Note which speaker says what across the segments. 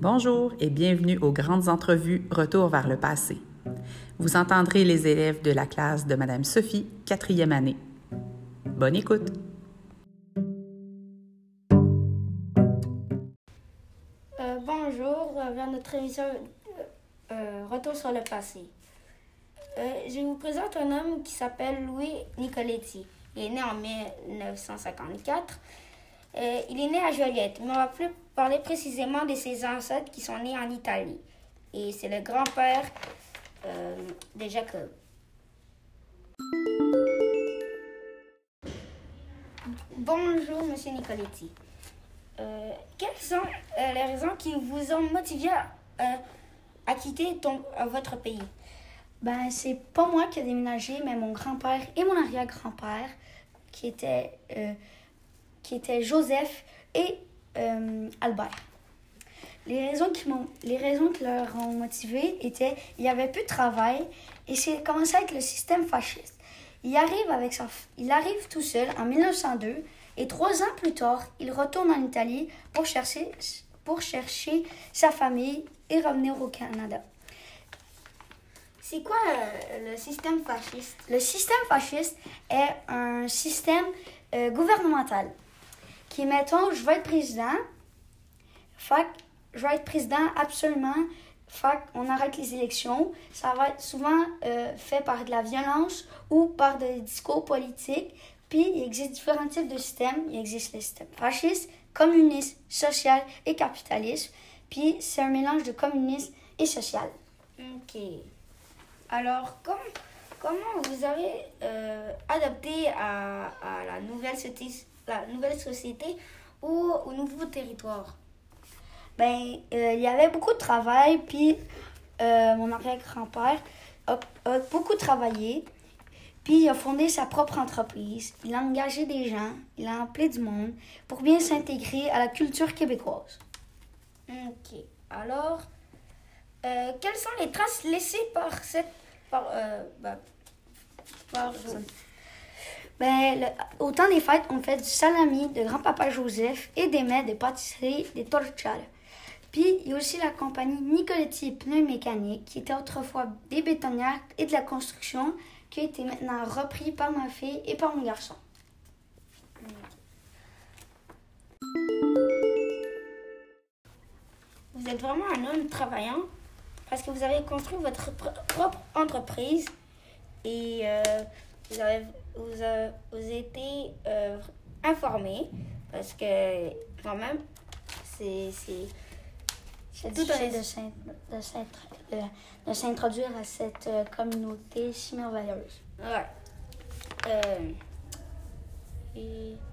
Speaker 1: Bonjour et bienvenue aux grandes entrevues Retour vers le passé. Vous entendrez les élèves de la classe de Madame Sophie, 4e année. Bonne écoute!
Speaker 2: Bonjour, vers notre émission Retour sur le passé. Je vous présente un homme qui s'appelle Louis Nicoletti. Il est né en 1954. Il est né à Joliette, mais on va plus parler précisément de ses ancêtres qui sont nés en Italie. Et c'est le grand-père de Jacob. Bonjour, Monsieur Nicoletti. Quelles sont les raisons qui vous ont motivé à quitter votre pays?
Speaker 3: C'est pas moi qui ai déménagé, mais mon grand-père et mon arrière-grand-père, qui étaient Joseph et Albert. Les raisons qui leur ont motivé étaient il n'y avait plus de travail et c'est commencé avec le système fasciste. Il arrive tout seul en 1902 et 3 ans plus tard, il retourne en Italie pour chercher sa famille et revenir au Canada.
Speaker 2: C'est quoi le système fasciste?
Speaker 3: Le système fasciste est un système gouvernemental qui, mettons, je vais être président, je vais être président absolument, on arrête les élections. Ça va être souvent fait par de la violence ou par des discours politiques. Puis, il existe différents types de systèmes. Il existe le système fasciste, communiste, social et capitaliste. Puis, c'est un mélange de communisme et social.
Speaker 2: OK. Alors, comment vous avez adapté à la nouvelle société ou au nouveau territoire?
Speaker 3: Il y avait beaucoup de travail, puis mon arrière-grand-père a beaucoup travaillé, puis il a fondé sa propre entreprise. Il a engagé des gens, il a appelé du monde pour bien s'intégrer à la culture québécoise.
Speaker 2: OK. Alors, quelles sont les traces laissées
Speaker 3: au temps des fêtes, on fait du salami de grand-papa Joseph et des mets, des pâtisseries, des tortillas. Puis, il y a aussi la compagnie Nicoletti Pneus Mécaniques, qui était autrefois des bétonnières et de la construction, qui a été maintenant repris par ma fille et par mon garçon.
Speaker 2: Vous êtes vraiment un homme travaillant parce que vous avez construit votre propre entreprise et vous avez été informé parce que quand même, c'est
Speaker 3: difficile de s'introduire à cette communauté si merveilleuse.
Speaker 2: Ouais. Et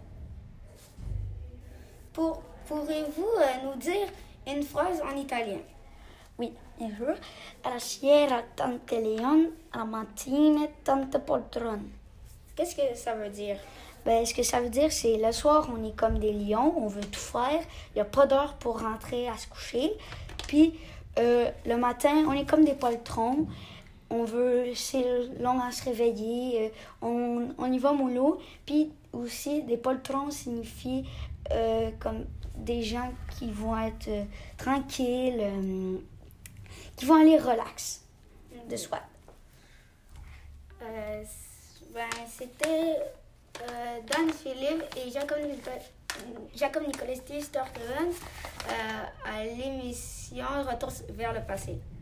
Speaker 2: pourrez-vous nous dire une phrase en italien?
Speaker 3: Oui, bien sûr. À la sera tante leon, à la mattina tante poltrone.
Speaker 2: Qu'est-ce que ça veut dire?
Speaker 3: Ce que ça veut dire, c'est le soir, on est comme des lions, on veut tout faire. Il n'y a pas d'heure pour rentrer à se coucher. Puis, le matin, on est comme des poltrons. C'est long à se réveiller. On y va mollo. Puis, aussi, des poltrons signifie comme des gens qui vont être tranquilles, qui vont aller relax de soi.
Speaker 2: C'était Dan Philippe et Jacob Nicoletti Storteven à l'émission Retour vers le passé.